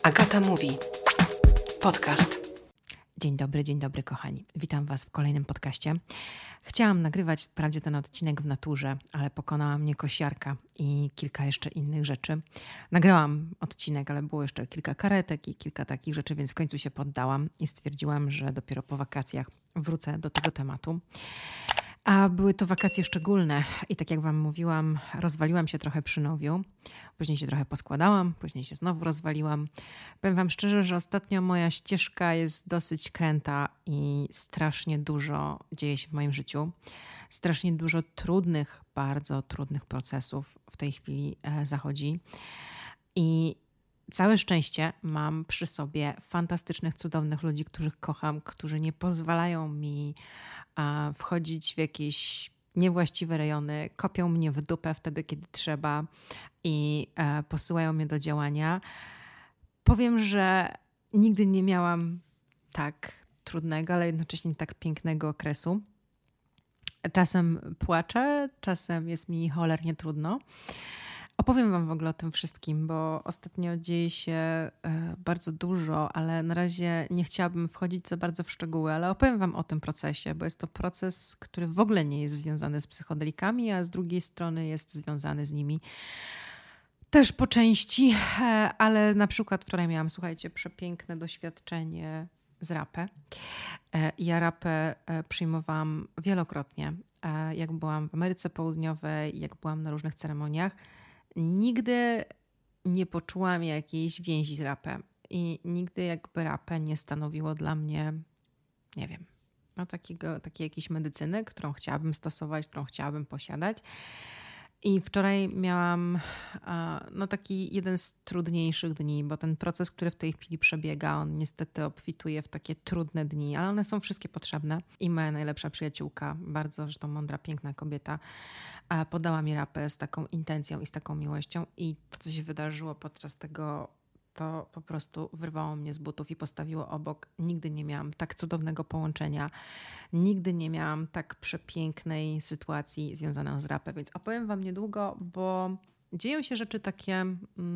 Agata mówi. Podcast. Dzień dobry kochani. Witam Was w kolejnym podcaście. Chciałam nagrywać wprawdzie ten odcinek w naturze, ale pokonała mnie kosiarka i kilka jeszcze innych rzeczy. Nagrałam odcinek, ale było jeszcze kilka karetek i kilka takich rzeczy, więc w końcu się poddałam i stwierdziłam, że dopiero po wakacjach wrócę do tego tematu. A były to wakacje szczególne i tak jak Wam mówiłam, rozwaliłam się trochę przy Nowiu. Później się trochę poskładałam, później się znowu rozwaliłam. Powiem Wam szczerze, że ostatnio moja ścieżka jest dosyć kręta i strasznie dużo dzieje się w moim życiu. Strasznie dużo trudnych, bardzo trudnych procesów w tej chwili zachodzi. I całe szczęście mam przy sobie fantastycznych, cudownych ludzi, których kocham, którzy nie pozwalają mi wchodzić w jakieś niewłaściwe rejony, kopią mnie w dupę wtedy, kiedy trzeba i posyłają mnie do działania. Powiem, że nigdy nie miałam tak trudnego, ale jednocześnie tak pięknego okresu. Czasem płaczę, czasem jest mi cholernie trudno. Opowiem Wam w ogóle o tym wszystkim, bo ostatnio dzieje się bardzo dużo, ale na razie nie chciałabym wchodzić za bardzo w szczegóły, ale opowiem Wam o tym procesie, bo jest to proces, który w ogóle nie jest związany z psychodelikami, a z drugiej strony jest związany z nimi też po części, ale na przykład wczoraj miałam, słuchajcie, przepiękne doświadczenie z rapę. Ja rapę przyjmowałam wielokrotnie, jak byłam w Ameryce Południowej, jak byłam na różnych ceremoniach. Nigdy nie poczułam jakiejś więzi z rapem i nigdy jakby rapę nie stanowiło dla mnie, nie wiem, takiej jakiejś medycyny, którą chciałabym stosować, którą chciałabym posiadać. I wczoraj miałam taki jeden z trudniejszych dni, bo ten proces, który w tej chwili przebiega, on niestety obfituje w takie trudne dni, ale one są wszystkie potrzebne. I moja najlepsza przyjaciółka, bardzo zresztą mądra, piękna kobieta, podała mi rapę z taką intencją i z taką miłością i to, co się wydarzyło podczas tego, to po prostu wyrwało mnie z butów i postawiło obok. Nigdy nie miałam tak cudownego połączenia. Nigdy nie miałam tak przepięknej sytuacji związanej z rapem. Więc opowiem Wam niedługo, bo dzieją się rzeczy takie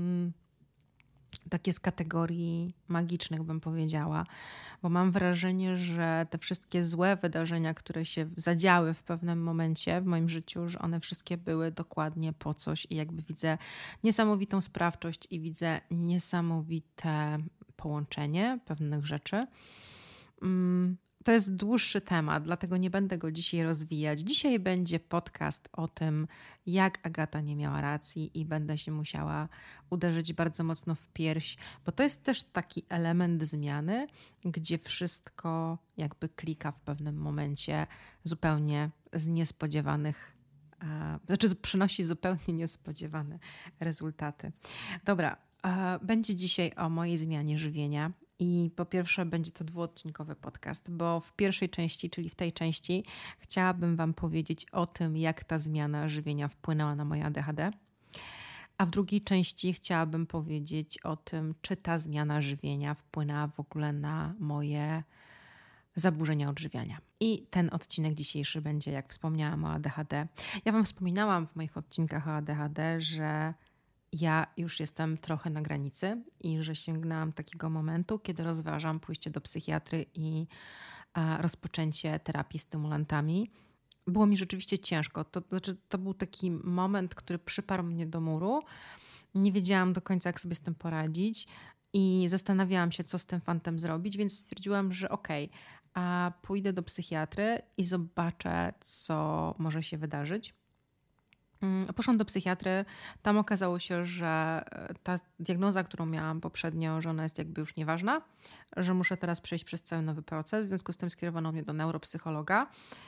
z kategorii magicznych, bym powiedziała. Bo mam wrażenie, że te wszystkie złe wydarzenia, które się zadziały w pewnym momencie w moim życiu, że one wszystkie były dokładnie po coś i jakby widzę niesamowitą sprawczość i widzę niesamowite połączenie pewnych rzeczy. To jest dłuższy temat, dlatego nie będę go dzisiaj rozwijać. Dzisiaj będzie podcast o tym, jak Agata nie miała racji i będę się musiała uderzyć bardzo mocno w pierś, bo to jest też taki element zmiany, gdzie wszystko jakby klika w pewnym momencie zupełnie z niespodziewanych, przynosi zupełnie niespodziewane rezultaty. Dobra, będzie dzisiaj o mojej zmianie żywienia. I po pierwsze będzie to dwuodcinkowy podcast, bo w pierwszej części, czyli w tej części, chciałabym Wam powiedzieć o tym, jak ta zmiana żywienia wpłynęła na moje ADHD, a w drugiej części chciałabym powiedzieć o tym, czy ta zmiana żywienia wpłynęła w ogóle na moje zaburzenia odżywiania. I ten odcinek dzisiejszy będzie, jak wspomniałam, o ADHD. Ja Wam wspominałam w moich odcinkach o ADHD, że ja już jestem trochę na granicy i że sięgnęłam takiego momentu, kiedy rozważam pójście do psychiatry i rozpoczęcie terapii stymulantami. Było mi rzeczywiście ciężko. To był taki moment, który przyparł mnie do muru. Nie wiedziałam do końca, jak sobie z tym poradzić i zastanawiałam się, co z tym fantem zrobić, więc stwierdziłam, że pójdę do psychiatry i zobaczę, co może się wydarzyć. Poszłam do psychiatry, tam okazało się, że ta diagnoza, którą miałam poprzednio, że ona jest jakby już nieważna, że muszę teraz przejść przez cały nowy proces, w związku z tym skierowano mnie do neuropsychologa.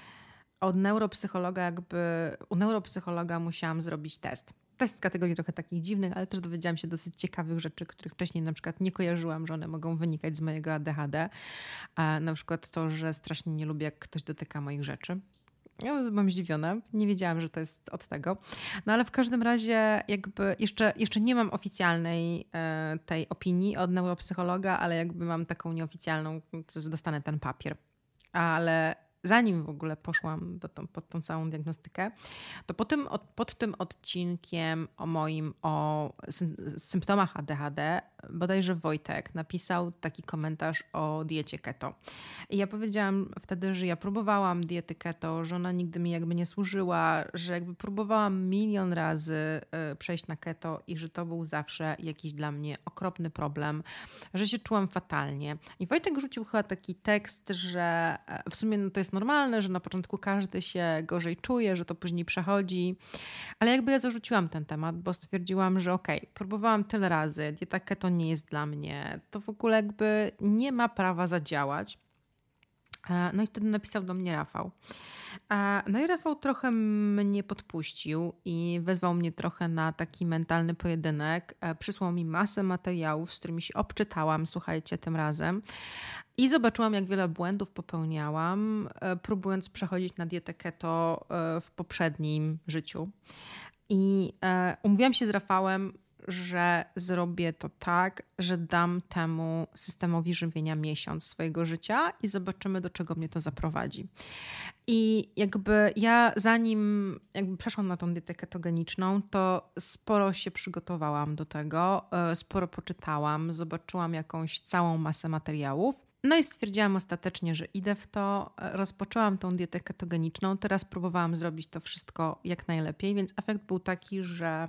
U neuropsychologa musiałam zrobić test. Test z kategorii trochę takich dziwnych, ale też dowiedziałam się dosyć ciekawych rzeczy, których wcześniej na przykład nie kojarzyłam, że one mogą wynikać z mojego ADHD. Na przykład to, że strasznie nie lubię, jak ktoś dotyka moich rzeczy. Ja byłam zdziwiona, nie wiedziałam, że to jest od tego. No ale w każdym razie jakby jeszcze nie mam oficjalnej tej opinii od neuropsychologa, ale jakby mam taką nieoficjalną, że dostanę ten papier. Ale zanim w ogóle poszłam pod tą całą diagnostykę, to pod tym odcinkiem o symptomach ADHD bodajże Wojtek napisał taki komentarz o diecie keto. I ja powiedziałam wtedy, że ja próbowałam diety keto, że ona nigdy mi jakby nie służyła, że jakby próbowałam milion razy przejść na keto i że to był zawsze jakiś dla mnie okropny problem, że się czułam fatalnie. I Wojtek rzucił chyba taki tekst, że w sumie no to jest normalne, że na początku każdy się gorzej czuje, że to później przechodzi, ale jakby ja zarzuciłam ten temat, bo stwierdziłam, że próbowałam tyle razy, dieta keto nie jest dla mnie, to w ogóle jakby nie ma prawa zadziałać. No i wtedy napisał do mnie Rafał. No i Rafał trochę mnie podpuścił i wezwał mnie trochę na taki mentalny pojedynek. Przysłał mi masę materiałów, z którymi się obczytałam, słuchajcie, tym razem. I zobaczyłam, jak wiele błędów popełniałam, próbując przechodzić na dietę keto w poprzednim życiu. I umówiłam się z Rafałem, że zrobię to tak, że dam temu systemowi żywienia miesiąc swojego życia i zobaczymy, do czego mnie to zaprowadzi. I jakby ja zanim przeszłam na tą dietę ketogeniczną, to sporo się przygotowałam do tego, sporo poczytałam, zobaczyłam jakąś całą masę materiałów. No i stwierdziłam ostatecznie, że idę w to. Rozpoczęłam tą dietę ketogeniczną. Teraz próbowałam zrobić to wszystko jak najlepiej, więc efekt był taki, że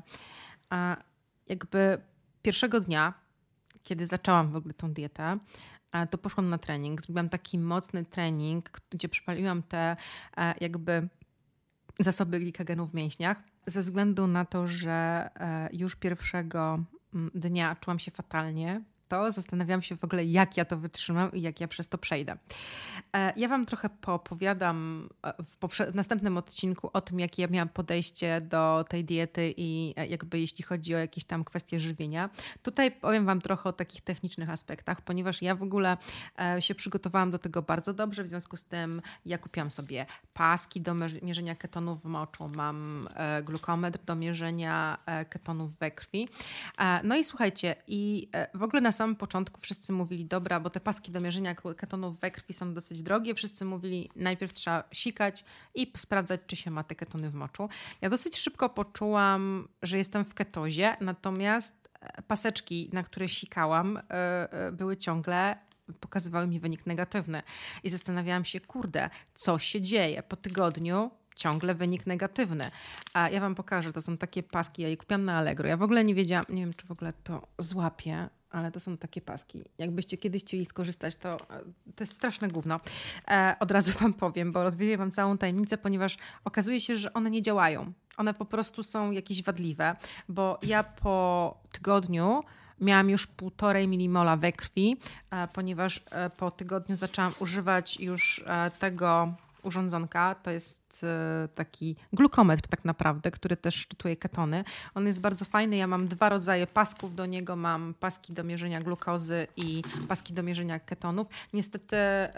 jakby pierwszego dnia, kiedy zaczęłam w ogóle tą dietę, to poszłam na trening. Zrobiłam taki mocny trening, gdzie przypaliłam te jakby zasoby glikogenu w mięśniach. Ze względu na to, że już pierwszego dnia czułam się fatalnie, to zastanawiałam się w ogóle, jak ja to wytrzymam i jak ja przez to przejdę. Ja wam trochę poopowiadam w następnym odcinku o tym, jakie ja miałam podejście do tej diety i jakby jeśli chodzi o jakieś tam kwestie żywienia. Tutaj powiem wam trochę o takich technicznych aspektach, ponieważ ja w ogóle się przygotowałam do tego bardzo dobrze, w związku z tym ja kupiłam sobie paski do mierzenia ketonów w moczu, mam glukometr do mierzenia ketonów we krwi. No i słuchajcie, i w ogóle na samym początku wszyscy mówili, dobra, bo te paski do mierzenia ketonów we krwi są dosyć drogie. Wszyscy mówili, najpierw trzeba sikać i sprawdzać, czy się ma te ketony w moczu. Ja dosyć szybko poczułam, że jestem w ketozie, natomiast paseczki, na które sikałam, były ciągle, pokazywały mi wynik negatywny. I zastanawiałam się, kurde, co się dzieje? Po tygodniu ciągle wynik negatywny. A ja wam pokażę, to są takie paski, ja je kupiłam na Allegro. Ja w ogóle nie wiedziałam, nie wiem, czy w ogóle to złapię, ale to są takie paski. Jakbyście kiedyś chcieli skorzystać, to jest straszne gówno. Od razu wam powiem, bo rozwieję wam całą tajemnicę, ponieważ okazuje się, że one nie działają. One po prostu są jakieś wadliwe, bo ja po tygodniu miałam już 1,5 milimola we krwi, ponieważ po tygodniu zaczęłam używać już tego urządzonka. To jest taki glukometr tak naprawdę, który też szczytuje ketony. On jest bardzo fajny. Ja mam 2 rodzaje pasków do niego. Mam paski do mierzenia glukozy i paski do mierzenia ketonów. Niestety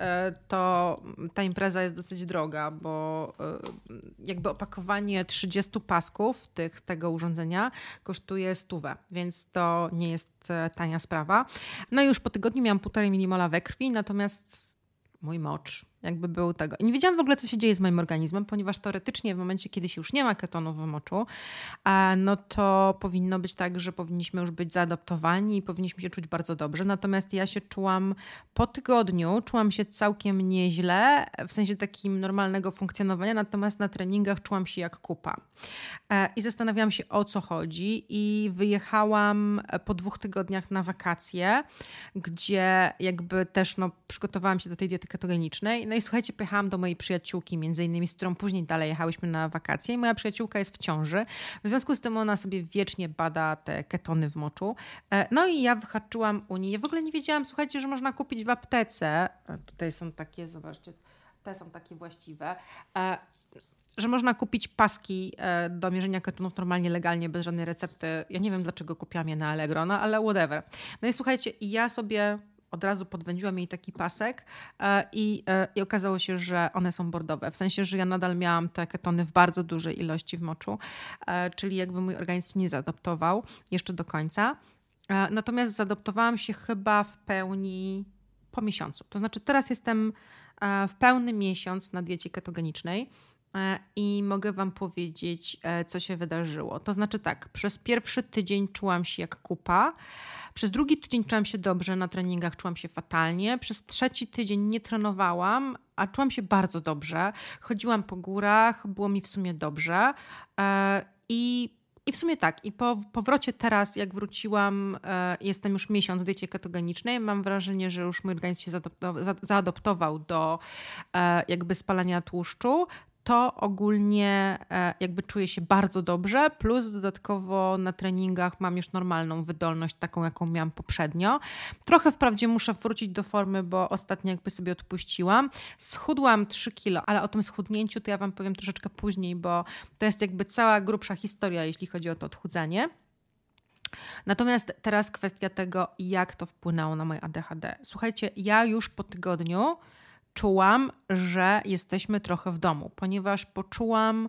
ta impreza jest dosyć droga, bo jakby opakowanie 30 pasków tego urządzenia kosztuje 100, więc to nie jest tania sprawa. No i już po tygodniu miałam 1,5 milimola we krwi, natomiast mój mocz jakby był tego. I nie wiedziałam w ogóle, co się dzieje z moim organizmem, ponieważ teoretycznie w momencie, kiedy się już nie ma ketonów w moczu, no to powinno być tak, że powinniśmy już być zaadaptowani i powinniśmy się czuć bardzo dobrze. Natomiast ja się czułam po tygodniu, czułam się całkiem nieźle, w sensie takim normalnego funkcjonowania, natomiast na treningach czułam się jak kupa. I zastanawiałam się, o co chodzi, i wyjechałam po 2 tygodniach na wakacje, gdzie jakby też przygotowałam się do tej diety ketogenicznej. No i słuchajcie, pojechałam do mojej przyjaciółki, między innymi, z którą później dalej jechałyśmy na wakacje, i moja przyjaciółka jest w ciąży. W związku z tym ona sobie wiecznie bada te ketony w moczu. No i ja wyhaczyłam u niej. Ja w ogóle nie wiedziałam, słuchajcie, że można kupić w aptece. Tutaj są takie, zobaczcie, te są takie właściwe. Że można kupić paski do mierzenia ketonów normalnie, legalnie, bez żadnej recepty. Ja nie wiem, dlaczego kupiłam je na Allegro, no ale whatever. No i słuchajcie, i ja sobie od razu podwędziłam jej taki pasek i okazało się, że one są bordowe. W sensie, że ja nadal miałam te ketony w bardzo dużej ilości w moczu, czyli jakby mój organizm nie zaadaptował jeszcze do końca. Natomiast zaadaptowałam się chyba w pełni po miesiącu. To znaczy teraz jestem w pełny miesiąc na diecie ketogenicznej i mogę Wam powiedzieć, co się wydarzyło. To znaczy tak, przez pierwszy tydzień czułam się jak kupa, przez drugi tydzień czułam się dobrze, na treningach czułam się fatalnie, przez trzeci tydzień nie trenowałam, a czułam się bardzo dobrze. Chodziłam po górach, było mi w sumie dobrze i w sumie tak, i po powrocie teraz, jak wróciłam, jestem już miesiąc w diecie ketogenicznej, mam wrażenie, że już mój organizm się zaadoptował do jakby spalania tłuszczu, to ogólnie jakby czuję się bardzo dobrze, plus dodatkowo na treningach mam już normalną wydolność, taką jaką miałam poprzednio. Trochę wprawdzie muszę wrócić do formy, bo ostatnio jakby sobie odpuściłam. Schudłam 3 kilo, ale o tym schudnięciu to ja Wam powiem troszeczkę później, bo to jest jakby cała grubsza historia, jeśli chodzi o to odchudzanie. Natomiast teraz kwestia tego, jak to wpłynęło na moje ADHD. Słuchajcie, ja już po tygodniu czułam, że jesteśmy trochę w domu, ponieważ poczułam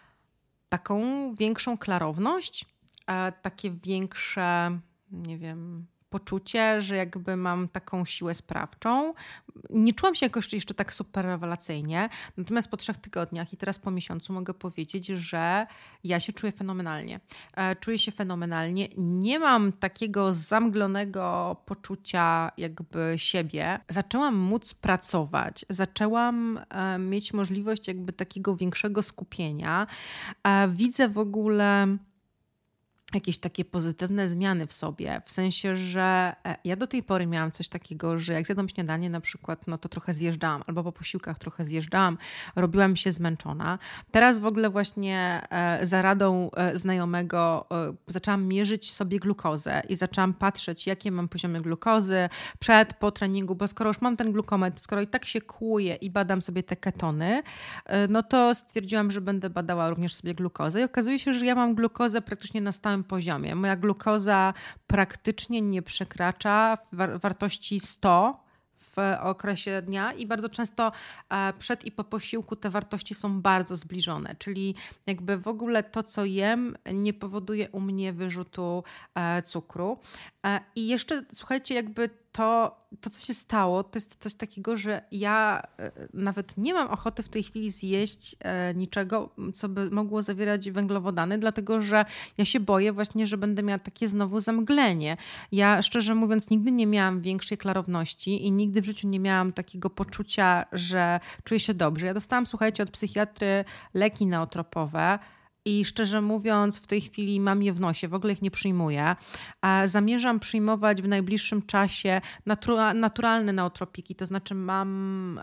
taką większą klarowność, takie większe, nie wiem, poczucie, że jakby mam taką siłę sprawczą. Nie czułam się jakoś jeszcze tak super rewelacyjnie, natomiast po 3 tygodniach i teraz po miesiącu mogę powiedzieć, że ja się czuję fenomenalnie. Czuję się fenomenalnie. Nie mam takiego zamglonego poczucia jakby siebie. Zaczęłam móc pracować, zaczęłam mieć możliwość jakby takiego większego skupienia. Widzę w ogóle jakieś takie pozytywne zmiany w sobie, w sensie, że ja do tej pory miałam coś takiego, że jak zjadłam śniadanie na przykład, no to trochę zjeżdżałam, albo po posiłkach trochę zjeżdżałam, robiłam się zmęczona. Teraz w ogóle właśnie za radą znajomego zaczęłam mierzyć sobie glukozę i zaczęłam patrzeć, jakie mam poziomy glukozy przed, po treningu, bo skoro już mam ten glukometr, skoro i tak się kłuję i badam sobie te ketony, no to stwierdziłam, że będę badała również sobie glukozę i okazuje się, że ja mam glukozę praktycznie na stałym poziomie. Moja glukoza praktycznie nie przekracza wartości 100 w okresie dnia i bardzo często przed i po posiłku te wartości są bardzo zbliżone, czyli jakby w ogóle to, co jem, nie powoduje u mnie wyrzutu cukru. I jeszcze, słuchajcie, jakby to, co się stało, to jest coś takiego, że ja nawet nie mam ochoty w tej chwili zjeść niczego, co by mogło zawierać węglowodany, dlatego że ja się boję właśnie, że będę miała takie znowu zamglenie. Ja szczerze mówiąc nigdy nie miałam większej klarowności i nigdy w życiu nie miałam takiego poczucia, że czuję się dobrze. Ja dostałam, słuchajcie, od psychiatry leki nootropowe, i szczerze mówiąc, w tej chwili mam je w nosie, w ogóle ich nie przyjmuję. Zamierzam przyjmować w najbliższym czasie naturalne nootropiki, to znaczy mam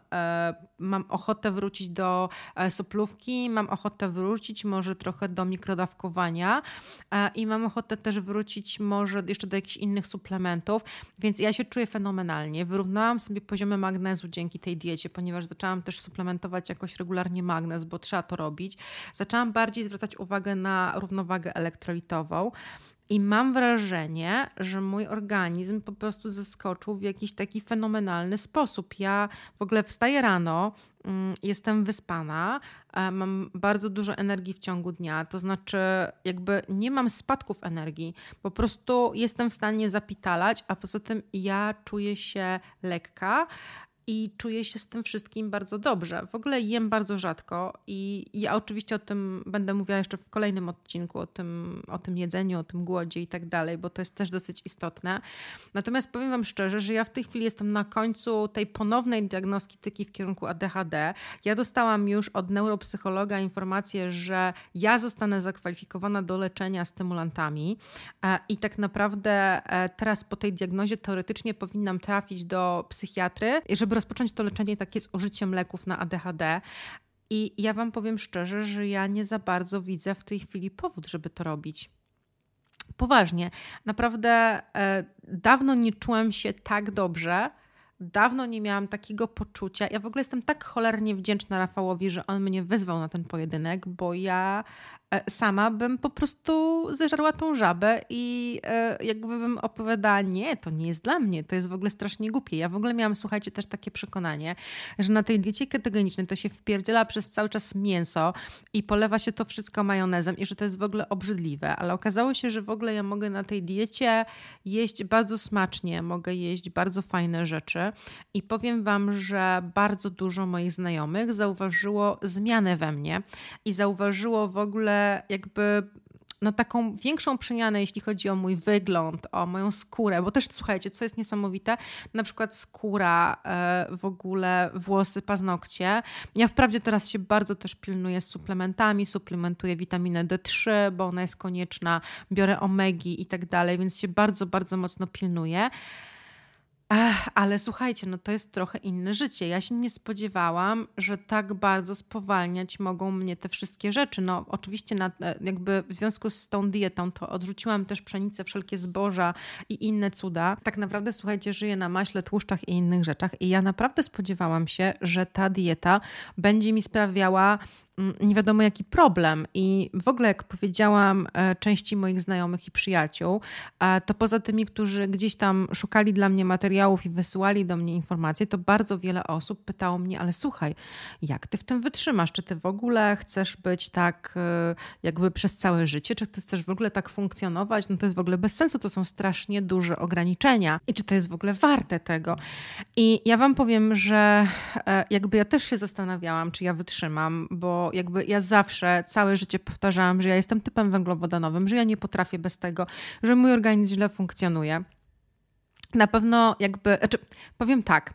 ochotę wrócić do soplówki, mam ochotę wrócić może trochę do mikrodawkowania i mam ochotę też wrócić może jeszcze do jakichś innych suplementów, więc ja się czuję fenomenalnie. Wyrównałam sobie poziomy magnezu dzięki tej diecie, ponieważ zaczęłam też suplementować jakoś regularnie magnez, bo trzeba to robić. Zaczęłam bardziej zwracać uwagę na równowagę elektrolitową i mam wrażenie, że mój organizm po prostu zaskoczył w jakiś taki fenomenalny sposób. Ja w ogóle wstaję rano, jestem wyspana, mam bardzo dużo energii w ciągu dnia, to znaczy jakby nie mam spadków energii, po prostu jestem w stanie zapitalać, a poza tym ja czuję się lekka i czuję się z tym wszystkim bardzo dobrze. W ogóle jem bardzo rzadko i ja oczywiście o tym będę mówiła jeszcze w kolejnym odcinku, o tym jedzeniu, o tym głodzie i tak dalej, bo to jest też dosyć istotne. Natomiast powiem Wam szczerze, że ja w tej chwili jestem na końcu tej ponownej diagnostyki w kierunku ADHD. Ja dostałam już od neuropsychologa informację, że ja zostanę zakwalifikowana do leczenia stymulantami i tak naprawdę teraz po tej diagnozie teoretycznie powinnam trafić do psychiatry, żeby rozpocząć to leczenie takie z użyciem leków na ADHD. I ja Wam powiem szczerze, że ja nie za bardzo widzę w tej chwili powód, żeby to robić. Poważnie, naprawdę dawno nie czułam się tak dobrze, dawno nie miałam takiego poczucia. Ja w ogóle jestem tak cholernie wdzięczna Rafałowi, że on mnie wyzwał na ten pojedynek, bo ja sama bym po prostu zeżarła tą żabę i jakby bym opowiadała, nie, to nie jest dla mnie, to jest w ogóle strasznie głupie. Ja w ogóle miałam, słuchajcie, też takie przekonanie, że na tej diecie ketogenicznej to się wpierdziela przez cały czas mięso i polewa się to wszystko majonezem i że to jest w ogóle obrzydliwe, ale okazało się, że w ogóle ja mogę na tej diecie jeść bardzo smacznie, mogę jeść bardzo fajne rzeczy i powiem wam, że bardzo dużo moich znajomych zauważyło zmianę we mnie i zauważyło w ogóle jakby taką większą przemianę, jeśli chodzi o mój wygląd, o moją skórę, bo też słuchajcie, co jest niesamowite, na przykład skóra, w ogóle włosy, paznokcie. Ja wprawdzie teraz się bardzo też pilnuję z suplementami, suplementuję witaminę D3, bo ona jest konieczna, biorę omegi i tak dalej, więc się bardzo, bardzo mocno pilnuję. Ale słuchajcie, to jest trochę inne życie. Ja się nie spodziewałam, że tak bardzo spowalniać mogą mnie te wszystkie rzeczy. Oczywiście jakby w związku z tą dietą to odrzuciłam też pszenicę, wszelkie zboża i inne cuda. Tak naprawdę, słuchajcie, żyję na maśle, tłuszczach i innych rzeczach i ja naprawdę spodziewałam się, że ta dieta będzie mi sprawiała nie wiadomo jaki problem i w ogóle jak powiedziałam części moich znajomych i przyjaciół, to poza tymi, którzy gdzieś tam szukali dla mnie materiałów i wysyłali do mnie informacje, to bardzo wiele osób pytało mnie, ale słuchaj, jak ty w tym wytrzymasz? Czy ty w ogóle chcesz być tak jakby przez całe życie? Czy ty chcesz w ogóle tak funkcjonować? To jest w ogóle bez sensu, to są strasznie duże ograniczenia i czy to jest w ogóle warte tego? I ja wam powiem, że jakby ja też się zastanawiałam, czy ja wytrzymam, bo jakby ja zawsze całe życie powtarzałam, że ja jestem typem węglowodanowym, że ja nie potrafię bez tego, że mój organizm źle funkcjonuje. Na pewno powiem tak,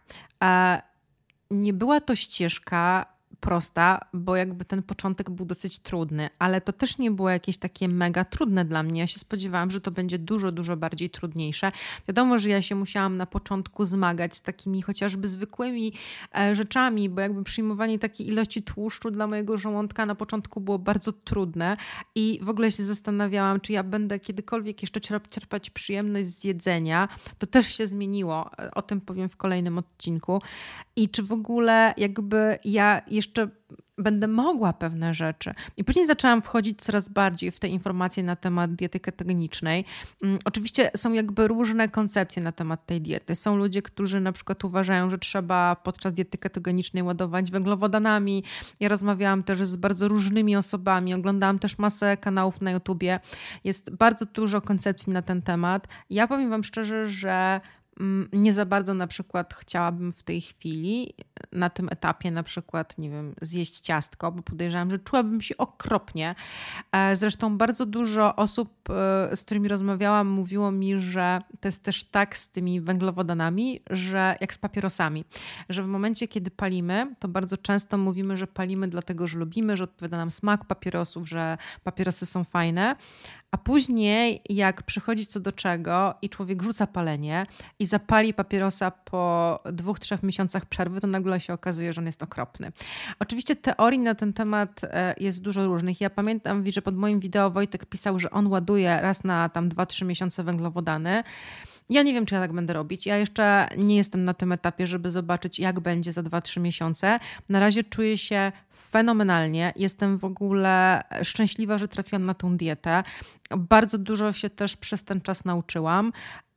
nie była to ścieżka prosta, bo jakby ten początek był dosyć trudny, ale to też nie było jakieś takie mega trudne dla mnie. Ja się spodziewałam, że to będzie dużo, dużo bardziej trudniejsze. Wiadomo, że ja się musiałam na początku zmagać z takimi chociażby zwykłymi rzeczami, bo jakby przyjmowanie takiej ilości tłuszczu dla mojego żołądka na początku było bardzo trudne i w ogóle się zastanawiałam, czy ja będę kiedykolwiek jeszcze czerpać przyjemność z jedzenia. To też się zmieniło, o tym powiem w kolejnym odcinku. I czy w ogóle jakby ja jeszcze będę mogła pewne rzeczy. I później zaczęłam wchodzić coraz bardziej w te informacje na temat diety ketogenicznej. Oczywiście są jakby różne koncepcje na temat tej diety. Są ludzie, którzy na przykład uważają, że trzeba podczas diety ketogenicznej ładować węglowodanami. Ja rozmawiałam też z bardzo różnymi osobami, oglądałam też masę kanałów na YouTubie. Jest bardzo dużo koncepcji na ten temat. Ja powiem wam szczerze, że nie za bardzo na przykład chciałabym w tej chwili na tym etapie na przykład, nie wiem, zjeść ciastko, bo podejrzewam, że czułabym się okropnie. Zresztą bardzo dużo osób, z którymi rozmawiałam, mówiło mi, że to jest też tak z tymi węglowodanami, że jak z papierosami, że w momencie, kiedy palimy, to bardzo często mówimy, że palimy dlatego, że lubimy, że odpowiada nam smak papierosów, że papierosy są fajne, a później jak przychodzi co do czego i człowiek rzuca palenie i zapali papierosa po 2-3 miesiącach przerwy, to nagle się okazuje, że on jest okropny. Oczywiście teorii na ten temat jest dużo różnych. Ja pamiętam, że pod moim wideo Wojtek pisał, że on ładuje raz na tam 2-3 miesiące węglowodany. Ja nie wiem, czy ja tak będę robić. Ja jeszcze nie jestem na tym etapie, żeby zobaczyć, jak będzie za 2-3 miesiące. Na razie czuję się fenomenalnie. Jestem w ogóle szczęśliwa, że trafiłam na tą dietę. Bardzo dużo się też przez ten czas nauczyłam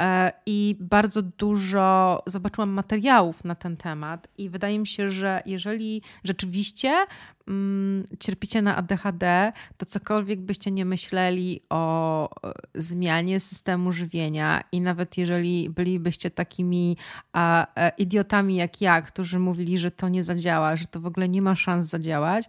i bardzo dużo zobaczyłam materiałów na ten temat i wydaje mi się, że jeżeli rzeczywiście cierpicie na ADHD, to cokolwiek byście nie myśleli o zmianie systemu żywienia i nawet jeżeli bylibyście takimi idiotami jak ja, którzy mówili, że to nie zadziała, że to w ogóle nie ma szans zadziałać,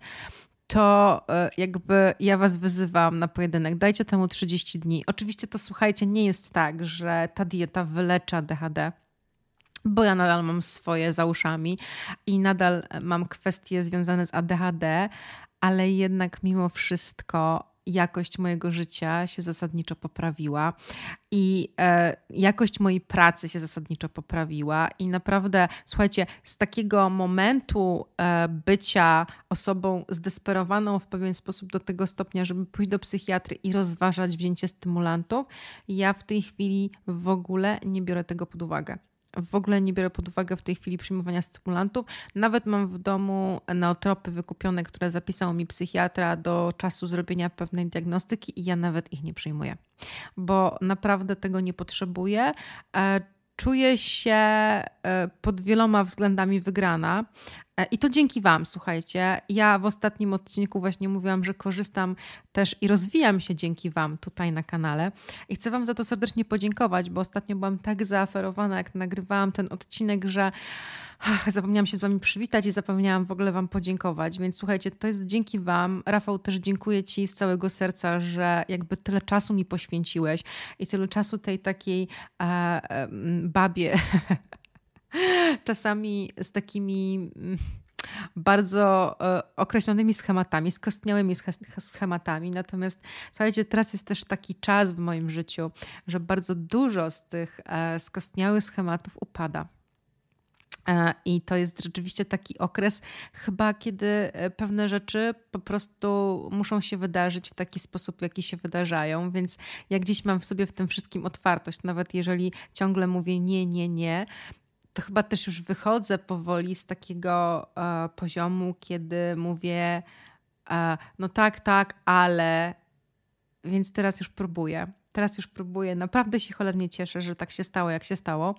to jakby ja was wyzywam na pojedynek. Dajcie temu 30 dni. Oczywiście to, słuchajcie, nie jest tak, że ta dieta wyleczy ADHD, bo ja nadal mam swoje za uszami i nadal mam kwestie związane z ADHD, ale jednak mimo wszystko jakość mojego życia się zasadniczo poprawiła i jakość mojej pracy się zasadniczo poprawiła i naprawdę, słuchajcie, z takiego momentu bycia osobą zdesperowaną w pewien sposób do tego stopnia, żeby pójść do psychiatry i rozważać wzięcie stymulantów, ja w tej chwili w ogóle nie biorę tego pod uwagę. W ogóle nie biorę pod uwagę w tej chwili przyjmowania stymulantów. Nawet mam w domu neotropy wykupione, które zapisał mi psychiatra do czasu zrobienia pewnej diagnostyki i ja nawet ich nie przyjmuję, bo naprawdę tego nie potrzebuję. Czuję się pod wieloma względami wygrana i to dzięki Wam, słuchajcie. Ja w ostatnim odcinku właśnie mówiłam, że korzystam też i rozwijam się dzięki Wam tutaj na kanale i chcę Wam za to serdecznie podziękować, bo ostatnio byłam tak zaaferowana, jak nagrywałam ten odcinek, że zapomniałam się z Wami przywitać i zapomniałam w ogóle Wam podziękować, więc słuchajcie, to jest dzięki Wam. Rafał, też dziękuję Ci z całego serca, że jakby tyle czasu mi poświęciłeś i tyle czasu tej takiej babie, czasami z takimi bardzo określonymi schematami, skostniałymi schematami. Natomiast słuchajcie, teraz jest też taki czas w moim życiu, że bardzo dużo z tych skostniałych schematów upada. I to jest rzeczywiście taki okres chyba, kiedy pewne rzeczy po prostu muszą się wydarzyć w taki sposób, w jaki się wydarzają, więc ja gdzieś mam w sobie w tym wszystkim otwartość, nawet jeżeli ciągle mówię nie, to chyba też już wychodzę powoli z takiego poziomu, kiedy mówię no tak, ale więc teraz już próbuję. Naprawdę się cholernie cieszę, że tak się stało, jak się stało.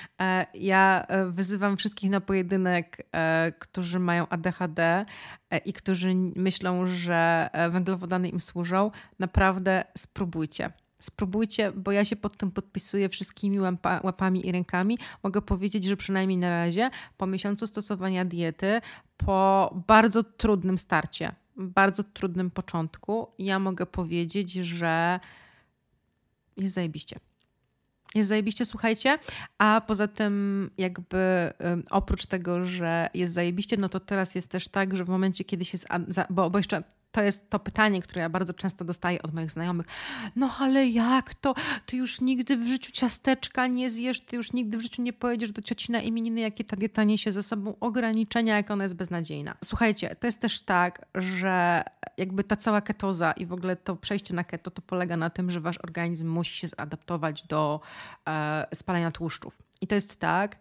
Ja wyzywam wszystkich na pojedynek, którzy mają ADHD i którzy myślą, że węglowodany im służą. Naprawdę spróbujcie, bo ja się pod tym podpisuję wszystkimi łapami i rękami. Mogę powiedzieć, że przynajmniej na razie po miesiącu stosowania diety, po bardzo trudnym starcie, bardzo trudnym początku, ja mogę powiedzieć, że jest zajebiście. Jest zajebiście, słuchajcie, a poza tym jakby oprócz tego, że jest zajebiście, no to teraz jest też tak, że w momencie, kiedy się... Bo jeszcze to jest to pytanie, które ja bardzo często dostaję od moich znajomych. No ale jak to? Ty już nigdy w życiu ciasteczka nie zjesz, ty już nigdy w życiu nie pojedziesz do cioci na imieniny, jakie ta dieta niesie ze sobą ograniczenia, jak ona jest beznadziejna. Słuchajcie, to jest też tak, że jakby ta cała ketoza i w ogóle to przejście na keto to polega na tym, że wasz organizm musi się zaadaptować do spalania tłuszczów. I to jest tak,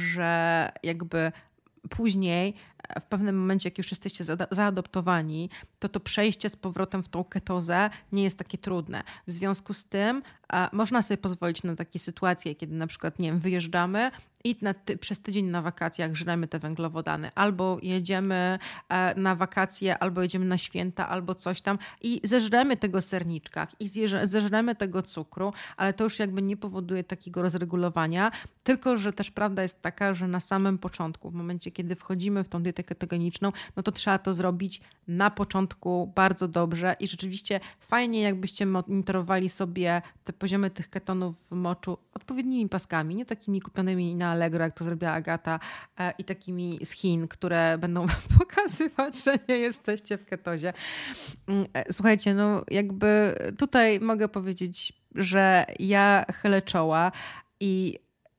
że jakby później w pewnym momencie, jak już jesteście zaadoptowani, to przejście z powrotem w tą ketozę nie jest takie trudne. W związku z tym można sobie pozwolić na takie sytuacje, kiedy na przykład, nie wiem, wyjeżdżamy i przez tydzień na wakacjach żremy te węglowodany. Albo jedziemy na wakacje, albo jedziemy na święta, albo coś tam i zeżremy tego serniczka i zeżremy tego cukru, ale to już jakby nie powoduje takiego rozregulowania, tylko że też prawda jest taka, że na samym początku, w momencie, kiedy wchodzimy w tą dietę ketogeniczną, no to trzeba to zrobić na początku bardzo dobrze i rzeczywiście fajnie, jakbyście monitorowali sobie te poziomy tych ketonów w moczu odpowiednimi paskami, nie takimi kupionymi na Allegro, jak to zrobiła Agata, i takimi z Chin, które będą wam pokazywać, że nie jesteście w ketozie. Słuchajcie, no jakby tutaj mogę powiedzieć, że ja chylę czoła i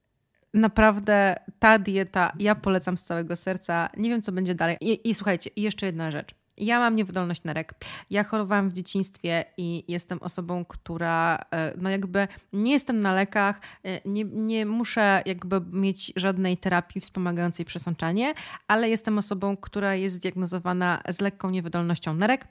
naprawdę ta dieta ja polecam z całego serca. Nie wiem, co będzie dalej. I słuchajcie, i jeszcze jedna rzecz. Ja mam niewydolność nerek. Ja chorowałam w dzieciństwie i jestem osobą, która no jakby nie jestem na lekach, nie muszę jakby mieć żadnej terapii wspomagającej przesączanie, ale jestem osobą, która jest zdiagnozowana z lekką niewydolnością nerek.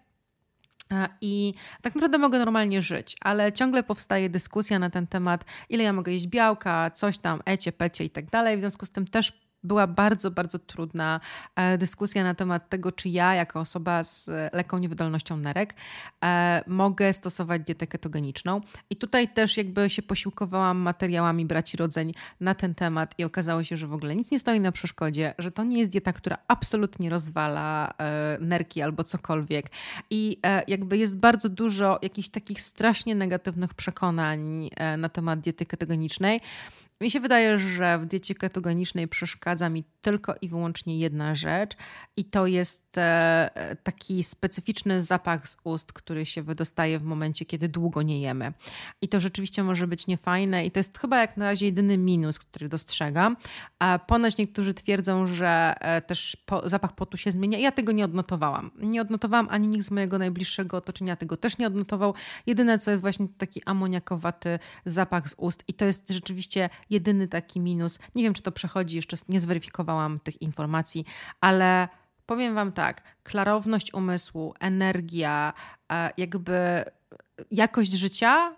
I tak naprawdę mogę normalnie żyć, ale ciągle powstaje dyskusja na ten temat, ile ja mogę jeść białka, coś tam, pecie i tak dalej. W związku z tym też była bardzo, bardzo trudna dyskusja na temat tego, czy ja jako osoba z lekką niewydolnością nerek mogę stosować dietę ketogeniczną. I tutaj też jakby się posiłkowałam materiałami braci Rodzeń na ten temat i okazało się, że w ogóle nic nie stoi na przeszkodzie, że to nie jest dieta, która absolutnie rozwala nerki albo cokolwiek. I jakby jest bardzo dużo jakichś takich strasznie negatywnych przekonań na temat diety ketogenicznej. Mi się wydaje, że w diecie ketogenicznej przeszkadza mi tylko i wyłącznie jedna rzecz i to jest jest taki specyficzny zapach z ust, który się wydostaje w momencie, kiedy długo nie jemy. I to rzeczywiście może być niefajne i to jest chyba jak na razie jedyny minus, który dostrzegam. A ponoć niektórzy twierdzą, że też zapach potu się zmienia. Ja tego nie odnotowałam. Nie odnotowałam, ani nikt z mojego najbliższego otoczenia tego też nie odnotował. Jedyne, co jest właśnie taki amoniakowaty zapach z ust i to jest rzeczywiście jedyny taki minus. Nie wiem, czy to przechodzi, jeszcze nie zweryfikowałam tych informacji, ale powiem wam tak, klarowność umysłu, energia, jakby jakość życia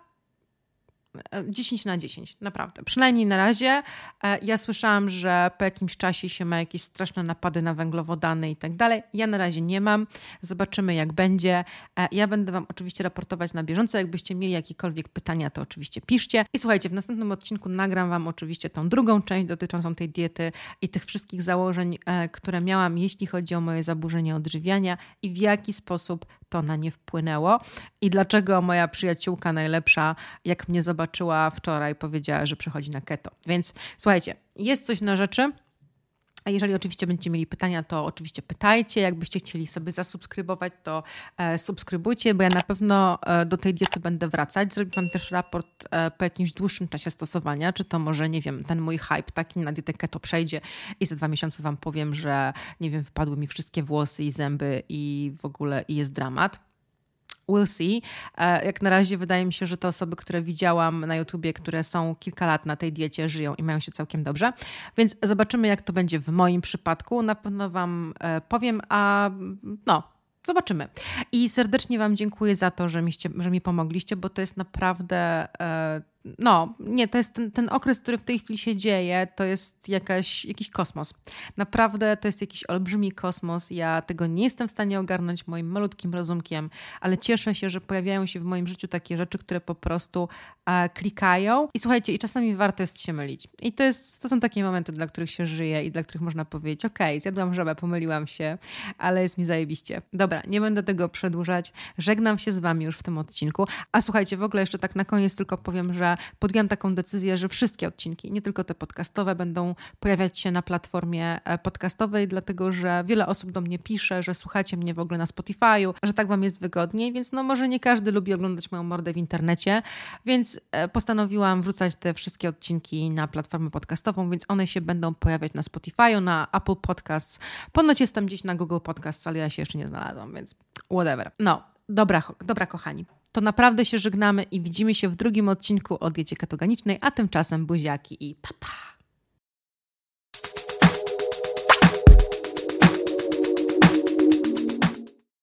10 na 10, naprawdę. Przynajmniej na razie. Ja słyszałam, że po jakimś czasie się ma jakieś straszne napady na węglowodany i tak dalej. Ja na razie nie mam. Zobaczymy, jak będzie. Ja będę wam oczywiście raportować na bieżąco. Jakbyście mieli jakiekolwiek pytania, to oczywiście piszcie. I słuchajcie, w następnym odcinku nagram wam oczywiście tą drugą część dotyczącą tej diety i tych wszystkich założeń, które miałam, jeśli chodzi o moje zaburzenie odżywiania i w jaki sposób to na nie wpłynęło i dlaczego moja przyjaciółka najlepsza, jak mnie zobaczyła wczoraj, powiedziała, że przechodzi na keto. Więc słuchajcie, jest coś na rzeczy. A jeżeli oczywiście będziecie mieli pytania, to oczywiście pytajcie. Jakbyście chcieli sobie zasubskrybować, to subskrybujcie, bo ja na pewno do tej diety będę wracać. Zrobię wam też raport po jakimś dłuższym czasie stosowania, czy to może, nie wiem, ten mój hype taki na dietę keto przejdzie i za 2 miesiące wam powiem, że, nie wiem, wypadły mi wszystkie włosy i zęby i w ogóle i jest dramat. We'll see. Jak na razie wydaje mi się, że te osoby, które widziałam na YouTubie, które są kilka lat na tej diecie, żyją i mają się całkiem dobrze. Więc zobaczymy, jak to będzie w moim przypadku. Na pewno wam powiem, zobaczymy. I serdecznie wam dziękuję za to, że mi pomogliście, bo to jest naprawdę... to jest ten okres, który w tej chwili się dzieje, to jest jakiś kosmos. Naprawdę to jest jakiś olbrzymi kosmos. Ja tego nie jestem w stanie ogarnąć moim malutkim rozumkiem, ale cieszę się, że pojawiają się w moim życiu takie rzeczy, które po prostu klikają. I słuchajcie, i czasami warto jest się mylić. I to są takie momenty, dla których się żyje i dla których można powiedzieć, okej, zjadłam żabę, pomyliłam się, ale jest mi zajebiście. Dobra, nie będę tego przedłużać. Żegnam się z wami już w tym odcinku. A słuchajcie, w ogóle jeszcze tak na koniec tylko powiem, że podjęłam taką decyzję, że wszystkie odcinki, nie tylko te podcastowe, będą pojawiać się na platformie podcastowej, dlatego że wiele osób do mnie pisze, że słuchacie mnie w ogóle na Spotify'u, że tak wam jest wygodniej, więc może nie każdy lubi oglądać moją mordę w internecie, więc postanowiłam wrzucać te wszystkie odcinki na platformę podcastową, więc one się będą pojawiać na Spotify'u, na Apple Podcasts. Ponoć jestem gdzieś na Google Podcasts, ale ja się jeszcze nie znalazłam, więc whatever. Dobra kochani. To naprawdę się żegnamy i widzimy się w drugim odcinku o diecie ketogenicznej, a tymczasem buziaki i pa pa!